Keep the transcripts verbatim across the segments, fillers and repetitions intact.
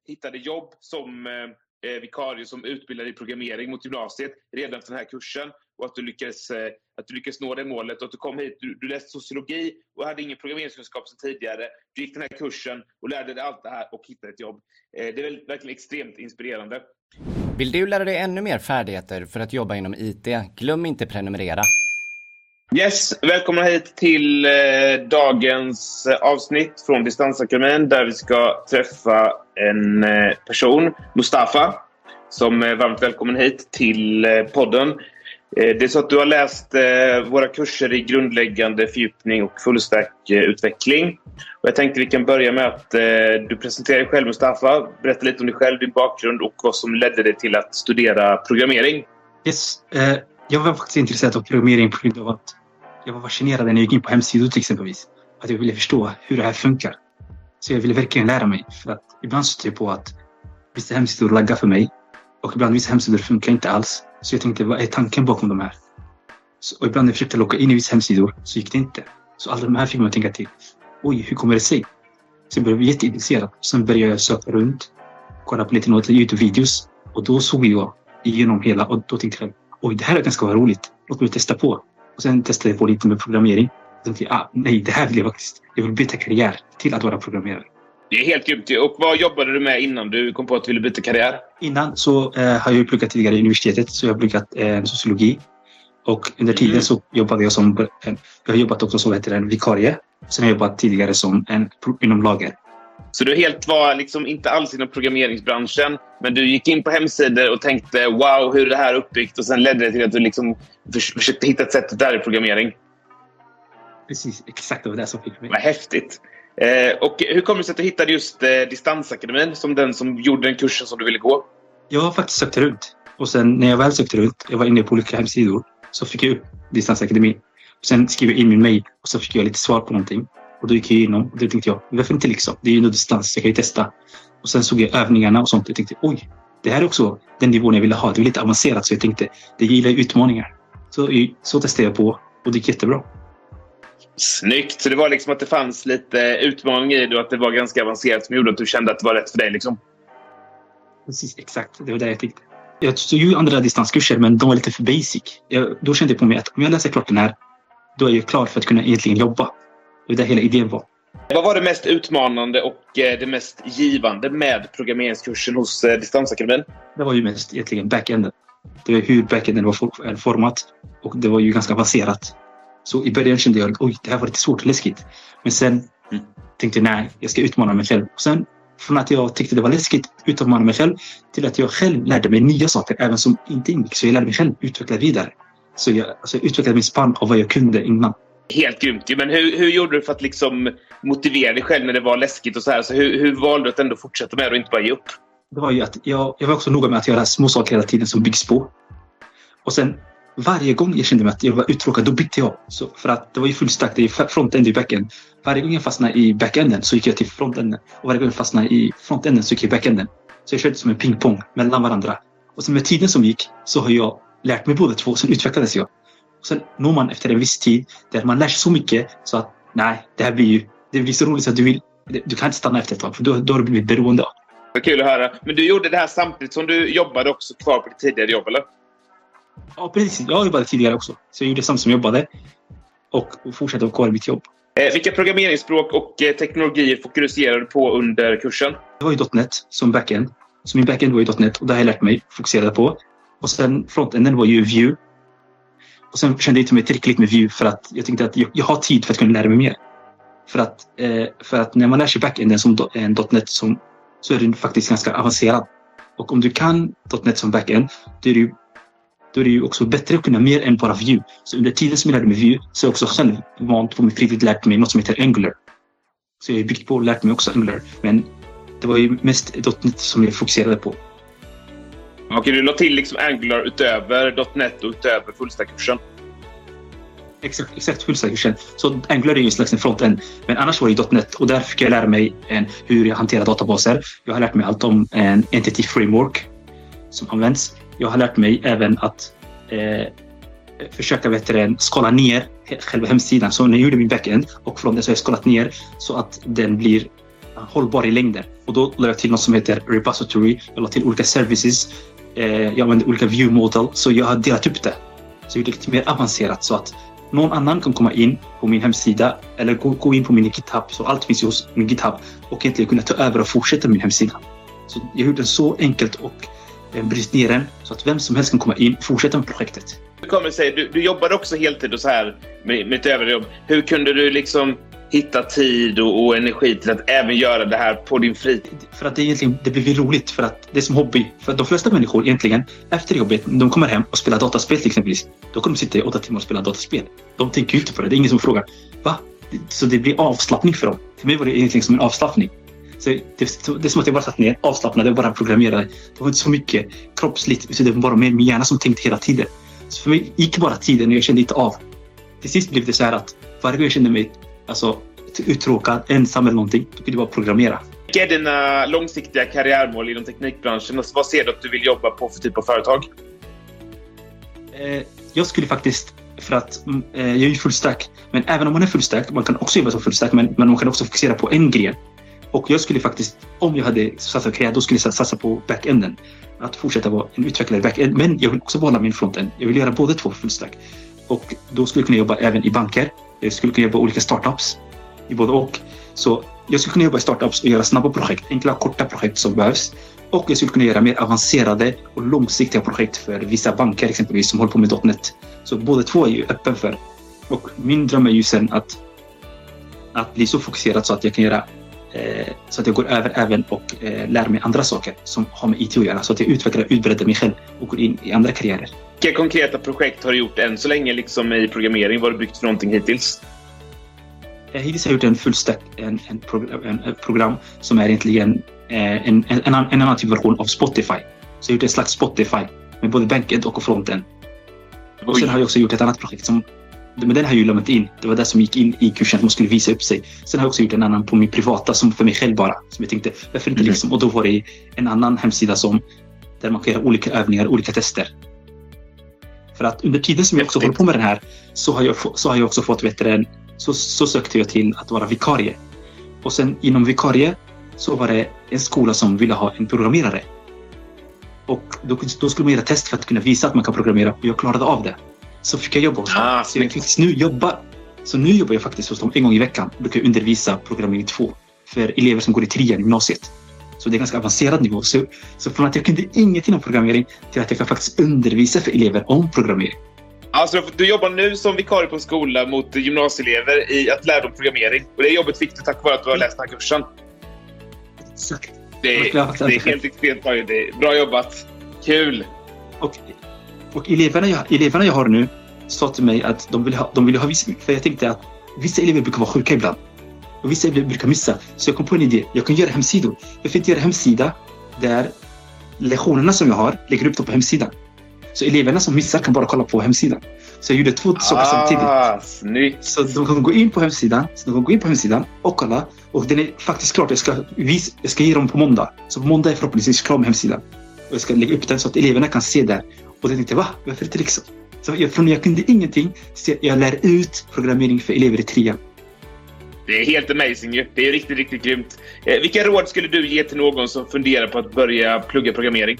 hittade jobb som eh, vikarie som utbildade i programmering mot gymnasiet redan för den här kursen och att du lyckades, eh, att du lyckades nå det målet och att du kom hit, du, du läste sociologi och hade ingen programmeringskunskap sedan tidigare. Du gick den här kursen och lärde dig allt det här och hittade ett jobb. Eh, det är väl verkligen extremt inspirerande. Vill du lära dig ännu mer färdigheter för att jobba inom I T? Glöm inte prenumerera. Yes, välkomna hit till eh, dagens eh, avsnitt från Distansakademin där vi ska träffa en eh, person, Mustafa, som är varmt välkommen hit till eh, podden. Eh, det är så att du har läst eh, våra kurser i grundläggande fördjupning och fullstack-utveckling. Och jag tänkte vi kan börja med att eh, du presenterar dig själv, Mustafa. Berätta lite om dig själv, din bakgrund och vad som ledde dig till att studera programmering. Yes, eh, jag var faktiskt intresserad av programmering på grund av att jag var fascinerad när jag gick in på hemsidor till exempelvis. Att jag ville förstå hur det här funkar. Så jag ville verkligen lära mig. För att ibland stötte jag på att vissa hemsidor laggar för mig. Och ibland vissa hemsidor funkar inte alls. Så jag tänkte, vad är tanken bakom de här? Så, och ibland när jag försökte logga in i vissa hemsidor så gick det inte. Så alla de här fick mig att tänka till. Oj, hur kommer det sig? Så jag blev jätteintresserad. Sen började jag söka runt. Kolla på lite något YouTube-videos. Och då såg jag igenom hela. Och då tänkte jag, oj, det här är ganska roligt. Låt mig testa på. Och sen testade jag på lite med programmering. Och tänkte jag, ah, nej, det här vill jag faktiskt. Jag vill byta karriär till att vara programmerare. Det är helt grymt. Och vad jobbade du med innan du kom på att du ville byta karriär? Innan så eh, har jag pluggat tidigare i universitetet. Så jag har pluggat eh, sociologi. Och under tiden mm. så jobbade jag som... En, jag har jobbat också som heter en vikarie. Sen har jag jobbat tidigare som en inom lager. Så du helt var liksom inte alls inom programmeringsbranschen, men du gick in på hemsidor och tänkte wow, hur är det här uppbyggt? Och sen ledde det till att du liksom försökte hitta ett sätt där i programmering. Precis, exakt det var det som fick mig. Vad häftigt. Eh, och hur kom det sig att du hittade just eh, Distansakademin som den som gjorde den kursen som du ville gå? Jag har faktiskt sökt runt. Och sen när jag väl sökte runt, jag var inne på olika hemsidor, så fick jag upp Distansakademin. Och sen skrev jag in min mail och så fick jag lite svar på någonting. Och då gick jag igenom och då tänkte jag, varför inte liksom? Det är ju nog distans, jag kan ju testa. Och sen såg jag övningarna och sånt. Jag tänkte, oj, det här är också den nivån jag ville ha. Det var lite avancerat så jag tänkte, det gillar utmaningar. Så, så testade jag på och det gick jättebra. Snyggt, så det var liksom att det fanns lite utmaning i det och att det var ganska avancerat som gjorde att du kände att det var rätt för dig liksom. Precis, exakt. Det var det jag tänkte. Jag tog ju andra distanskurser men de var lite för basic. Jag, då kände jag på mig att om jag läser klart den här, då är jag klar för att kunna egentligen jobba. Det var det hela idén var. Vad var det mest utmanande och det mest givande med programmeringskursen hos Distansakademin? Det var ju mest egentligen backenden. Det var hur backenden var format och det var ju ganska avancerat. Så i början kände jag, oj, det här var lite svårt och läskigt. Men sen mm. tänkte jag, nej, jag ska utmana mig själv. Och sen från att jag tyckte det var läskigt utmana mig själv till att jag själv lärde mig nya saker, även som inte ingick. Så jag lärde mig själv utveckla vidare. Så jag, alltså, jag utvecklade min spann av vad jag kunde innan. Helt grymt. Men hur, hur gjorde du för att liksom motivera dig själv när det var läskigt och så här? Så hur, hur valde du att ändå fortsätta med det och inte bara ge upp? Det var ju att jag, jag var också noga med att göra små saker hela tiden som byggs på. Och sen varje gång jag kände mig att jag var uttråkad, då bytte jag. Så för att det var ju fullstack, det är frontend i backend. Varje gång jag fastnade i backenden så gick jag till frontenden. Och varje gång jag fastnade i frontenden så gick jag i backenden. Så jag körde som en pingpong mellan varandra. Och sen med tiden som gick så har jag lärt mig båda två. Sen utvecklades jag. Och sen når man efter en viss tid där man lär sig så mycket så att nej, det här blir ju det blir så roligt så att du vill du kan inte stanna efter ett tag för då, då har du blivit beroende. Vad kul att höra. Men du gjorde det här samtidigt som du jobbade också kvar på ditt tidigare jobb, eller? Ja, precis. Jag jobbade tidigare också. Så jag gjorde samma som jag jobbade och fortsatte att kvar i mitt jobb. Eh, vilka programmeringsspråk och eh, teknologier fokuserade du på under kursen? Det var ju .NET som backend. Så min backend var ju .NET och det har jag lärt mig fokusera på. Och sen frontenden var ju Vue. Och sen kände jag inte mig tillräckligt med Vue för att jag tänkte att jag, jag har tid för att kunna lära mig mer. För att, eh, för att när man lär sig backenden som do, en .NET som, så är den faktiskt ganska avancerad. Och om du kan .NET som backend, då är det ju, då är det ju också bättre att kunna mer än bara Vue. Så under tiden som jag lärde mig Vue så har jag också själv vant på min fritid lärt mig något som heter Angular. Så jag har byggt på och lärt mig också Angular. Men det var ju mest .NET som jag fokuserade på. Okej, du la till liksom Angular utöver .NET och utöver fullstackkursen. Exakt, exakt fullstackkursen. Så Angular är ju en slags en frontend. Men annars var det ju .NET och där fick jag lära mig en, hur jag hanterar databaser. Jag har lärt mig allt om en entity framework som används. Jag har lärt mig även att eh, försöka bättre skala ner själva hemsidan. Så när jag gjorde min backend och från det så har jag skalat ner så att den blir hållbar i längden. Och då lade jag till något som heter repository. Jag lade till olika services. Eh, jag använde olika view model. Så jag har delat upp det. Så jag gjorde det lite mer avancerat så att någon annan kan komma in på min hemsida eller gå, gå in på min GitHub. Så allt finns ju hos min GitHub och egentligen kunna ta över och fortsätta min hemsida. Så jag gjorde det så enkelt och eh, bryt ner den så att vem som helst kan komma in och fortsätta med projektet. Du kommer säga, du, du jobbade också heltid och så här med, med ett överjobb. Hur kunde du liksom hitta tid och, och energi till att även göra det här på din fritid? För att det egentligen det blir roligt för att det är som hobby. För att de flesta människor egentligen efter jobbet, de kommer hem och spelar dataspel till exempelvis. Då kommer de sitta i åtta timmar och spela dataspel. De tänker ju inte på det. Det är ingen som frågar. Va? Så det blir avslappning för dem. För mig var det egentligen som en avslappning. Så det, det är som att jag bara satt ner, avslappnade och bara programmerade. Det var inte så mycket kroppsligt. Så det var bara mer min hjärna som tänkte hela tiden. Så för mig gick bara tiden och jag kände inte av. Till sist blev det så här att varje gång jag kände mig alltså, uttråkad, ensam eller någonting, då kunde jag bara programmera. Vilka är dina långsiktiga karriärmål inom teknikbranschen? Vad ser du att du vill jobba på för typ av företag? Eh, jag skulle faktiskt, för att eh, jag är ju fullstack, men även om man är fullstack, man kan också jobba som fullstack, men, men man kan också fokusera på en gren. Och jag skulle faktiskt, om jag hade satsat karriär, då skulle jag satsa på backenden. Att fortsätta vara en utvecklare i backend, men jag vill också behålla min frontend. Jag vill göra både två fullstack. Och då skulle jag kunna jobba även i banker. Jag skulle kunna jobba i olika startups. I både och. Så jag skulle kunna jobba i startups och göra snabba projekt. Enkla, korta projekt som behövs. Och jag skulle kunna göra mer avancerade och långsiktiga projekt för vissa banker exempelvis som håller på med .dot net. Så båda två är ju öppen för. Och min dröm är ju sen att, att bli så fokuserad så att jag kan göra eh, så att jag går över även och eh, lär mig andra saker som har med I T att göra. Så att jag utvecklar och utbredar mig själv och går in i andra karriärer. Vilka konkreta projekt har du gjort än så länge liksom i programmering? Vad har du byggt för någonting hittills? Hittills har jag gjort en fullstack, en, en, program, en, en program som är egentligen eh, en, en, annan, en annan typ av version av Spotify. Så jag har gjort en slags Spotify med både backend och fronten. Och sen har jag också gjort ett annat projekt som, men den har jag ju lämnat in. Det var det som gick in i kursen att man skulle visa upp sig. Sen har jag också gjort en annan på min privata som för mig själv bara. Som jag tänkte, varför inte liksom? Och då var det en annan hemsida som, där man kan göra olika övningar, olika tester. För att under tiden som jag också håller på med den här så har jag, så har jag också fått vet du, så, så sökte jag till att vara vikarie. Och sen inom vikarie så var det en skola som ville ha en programmerare. Och då, då skulle man göra test för att kunna visa att man kan programmera. Och jag klarade av det. Så fick jag jobba hos dem. Ah, så jag faktiskt nu jobba. Så nu jobbar jag faktiskt hos dem en gång i veckan. Då kan jag undervisa programmering två för elever som går i trean i gymnasiet. Så det är ganska avancerad nivå. Så, så från att jag kunde ingenting om programmering till att jag kan faktiskt undervisa för elever om programmering. Alltså, du jobbar nu som vikarie på en skola mot gymnasieelever i att lära dem programmering. Och det jobbet fick du tack vare att du har läst den här kursen. Exakt. Det, det är helt extremt bra. Det är bra jobbat. Kul! Och, och eleverna, jag, eleverna jag har nu sa till mig att de vill ha, de vill ha vissa, för jag tänkte att vissa elever brukar vara sjuka ibland. Och vissa elever brukar missa. Så jag kom på en idé. Jag kan göra hemsidor. Jag får inte göra hemsida där lektionerna som jag har lägger upp dem på hemsidan. Så eleverna som missar kan bara kolla på hemsidan. Så jag gjorde två ah, saker samtidigt. Snyggt. Så de kan gå in på hemsidan, så de kan gå in på hemsidan och kolla. Och den är faktiskt klart. Jag ska, visa, jag ska ge dem på måndag. Så på måndag är förhoppningsvis klar med hemsidan. Och jag ska lägga upp den så att eleverna kan se där. Och jag tänkte, va? Varför inte liksom? Så jag, från jag kunde ingenting, så jag lär ut programmering för elever i trean. Det är helt amazing ju. Det är riktigt, riktigt grymt. Eh, vilka råd skulle du ge till någon som funderar på att börja plugga programmering?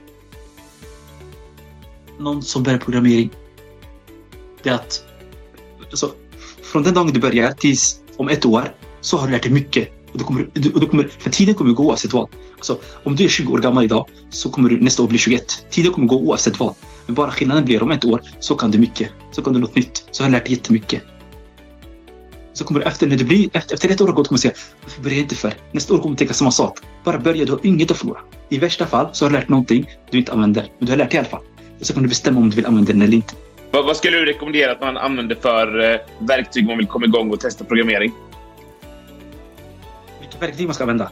Någon som börjar programmering. Det är att alltså, från den dagen du börjar tills om ett år så har du lärt dig mycket. Och du kommer, och du kommer, för tiden kommer gå oavsett vad. Alltså, om du är tjugo år gammal idag så kommer du nästa år bli tjugoett. Tiden kommer gå oavsett vad. Men bara skillnaden blir om ett år så kan du mycket. Så kan du något nytt. Så har jag lärt dig jättemycket. Så kommer du efter, när du blir, efter, efter ett år gått kommer du säga, varför börjar jag inte för? Nästa år kommer du tänka samma sak. Bara börja, du har inget att förlora. I värsta fall så har du lärt någonting du inte använder. Men du har lärt dig i alla fall. Och så kan du bestämma om du vill använda den eller inte. Vad, vad skulle du rekommendera att man använder för eh, verktyg om man vill komma igång och testa programmering? Vilka verktyg man ska använda?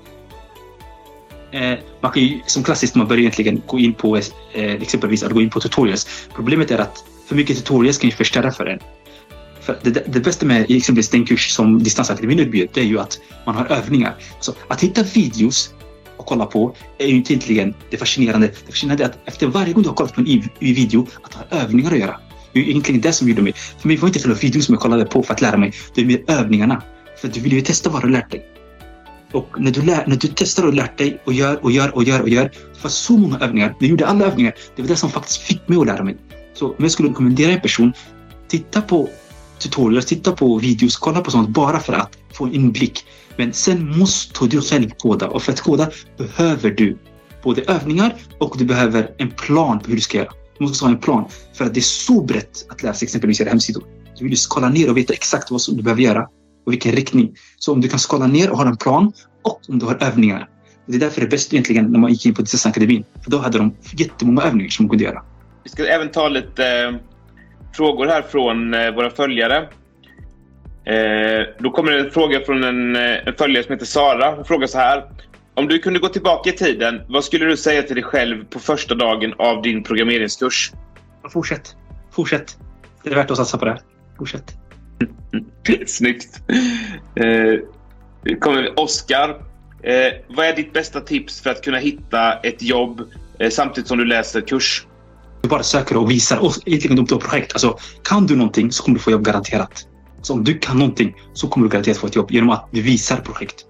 Eh, man kan ju, som klassiskt, man börjar egentligen gå in på eh, exempelvis att gå in på tutorials. Problemet är att för mycket tutorials kan ju förstöra för en. För det, det bästa med exempelvis den kurs som Distansakademin erbjuder, det är ju att man har övningar. Så att hitta videos och kolla på är ju inte egentligen det fascinerande. Det fascinerande är att efter varje gång du har kollat på en i, i video att ha övningar att göra. Det är ju egentligen det som gjorde mig. För mig var inte själva videos som jag kollade på för att lära mig. Det är mer övningarna. För du vill ju testa vad du har lärt dig. Och när du, lär, när du testar och lärt dig och gör och gör och gör och gör. Det var så många övningar. Jag gjorde alla övningar. Det var det som faktiskt fick mig att lära mig. Så om jag skulle rekommendera en person, titta på tutorials, titta på videos, kolla på sånt bara för att få en inblick. Men sen måste du själv koda. Och för att koda behöver du både övningar och du behöver en plan på hur du ska göra. Du måste ha en plan. För att det är så brett att lära sig exempelvis göra hemsidor. Du vill skala ner och veta exakt vad som du behöver göra och vilken riktning. Så om du kan skala ner och ha en plan och om du har övningar. Det är därför det är bäst egentligen när man gick in på Distansakademin. För då hade de jättemånga övningar som man kunde göra. Vi ska även ta lite eh, frågor här från eh, våra följare. Eh, då kommer det en fråga från en, en följare som heter Sara. Hon frågar så här. Om du kunde gå tillbaka i tiden, vad skulle du säga till dig själv på första dagen av din programmeringskurs? Fortsätt. Fortsätt. Det är värt att satsa på det här. Fortsätt. Snyggt. Eh, kommer Oskar. Eh, vad är ditt bästa tips för att kunna hitta ett jobb eh, samtidigt som du läser kurs? Du bara söker och visar. Och egentligen du har projekt. Alltså, kan du någonting så kommer du få jobb garanterat. Så om du kan någonting så kommer du garanterat få ett jobb genom att du visar projekt.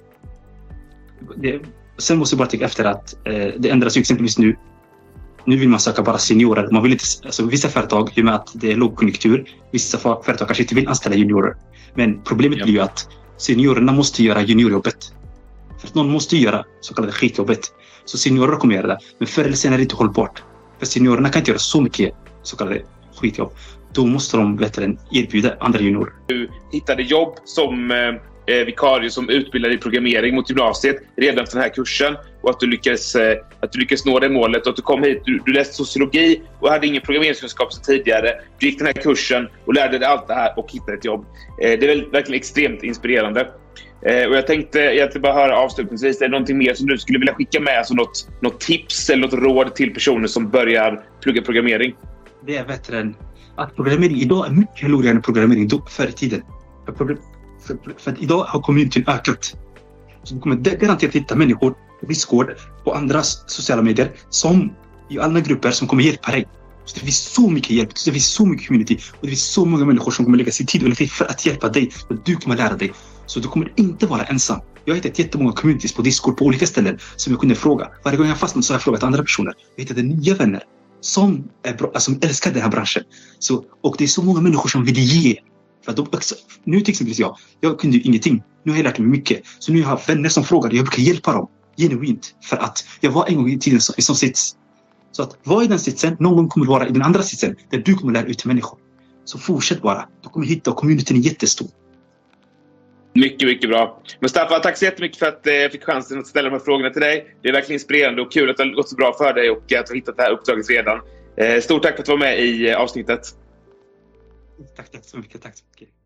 Det, sen måste jag bara tänka efter att eh, det ändras ju exempelvis nu. Nu vill man söka bara seniorer. Man vill inte, alltså, vissa företag, i och med att det är lågkonjunktur, vissa företag kanske inte vill anställa juniorer. Men problemet ja. blir ju att seniorerna måste göra juniorjobbet. För att någon måste göra så kallade skitjobbet. Så seniorer kommer göra det. Men förr eller senare är det inte hållbart. För seniorerna kan inte göra så mycket så kallade skitjobb. Då måste de bättre erbjuda andra juniorer. Du hittade jobb som eh, vikarie som utbildade i programmering mot gymnasiet redan för den här kursen. Och att du lyckades, eh, att du lyckades nå det målet. Och att du kom hit, du, du läste sociologi och hade ingen programmeringskunskap som tidigare. Du gick den här kursen och lärde dig allt det här och hittade ett jobb. Eh, det är väl verkligen extremt inspirerande. Eh, och jag tänkte egentligen bara höra avslutningsvis, är det någonting mer som du skulle vilja skicka med? Alltså något, något tips eller något råd till personer som börjar plugga programmering? Det är bättre än att programmering idag är mycket roligare än programmering då, förr i tiden. För, för, för, för att idag har communityn ökat. Så du kommer garanterat hitta människor på Discord och andra sociala medier som i alla grupper som kommer hjälpa dig. Så det finns så mycket hjälp, det finns så mycket community och det finns så många människor som kommer lägga sin tid och tid för att hjälpa dig. Och du kommer lära dig. Så du kommer inte vara ensam. Jag har hittat jättemånga communities på Discord på olika ställen som jag kunde fråga. Varje gång jag fastnade så har jag frågat andra personer. Jag hittade nya vänner som är bra, alltså, som älskar den här branschen. Så, och det är så många människor som vill ge. För att de, nu till exempel jag, jag kunde ju ingenting. Nu har jag lärt mig mycket. Så nu har jag vänner som frågar och jag brukar hjälpa dem. Genuint. För att jag var en gång i tiden i sån sits. Så att vara i den sitsen, någon gång kommer du vara i den andra sitsen. Där du kommer lära ut till människor. Så fortsätt bara. Du kommer hitta och communityn är jättestor. Mycket, mycket bra. Mustafa, tack så jättemycket för att jag fick chansen att ställa de här frågorna till dig. Det är verkligen inspirerande och kul att det har gått så bra för dig och att du har hittat det här uppdraget redan. Stort tack för att du var med i avsnittet. Tack, tack så mycket. Tack så mycket.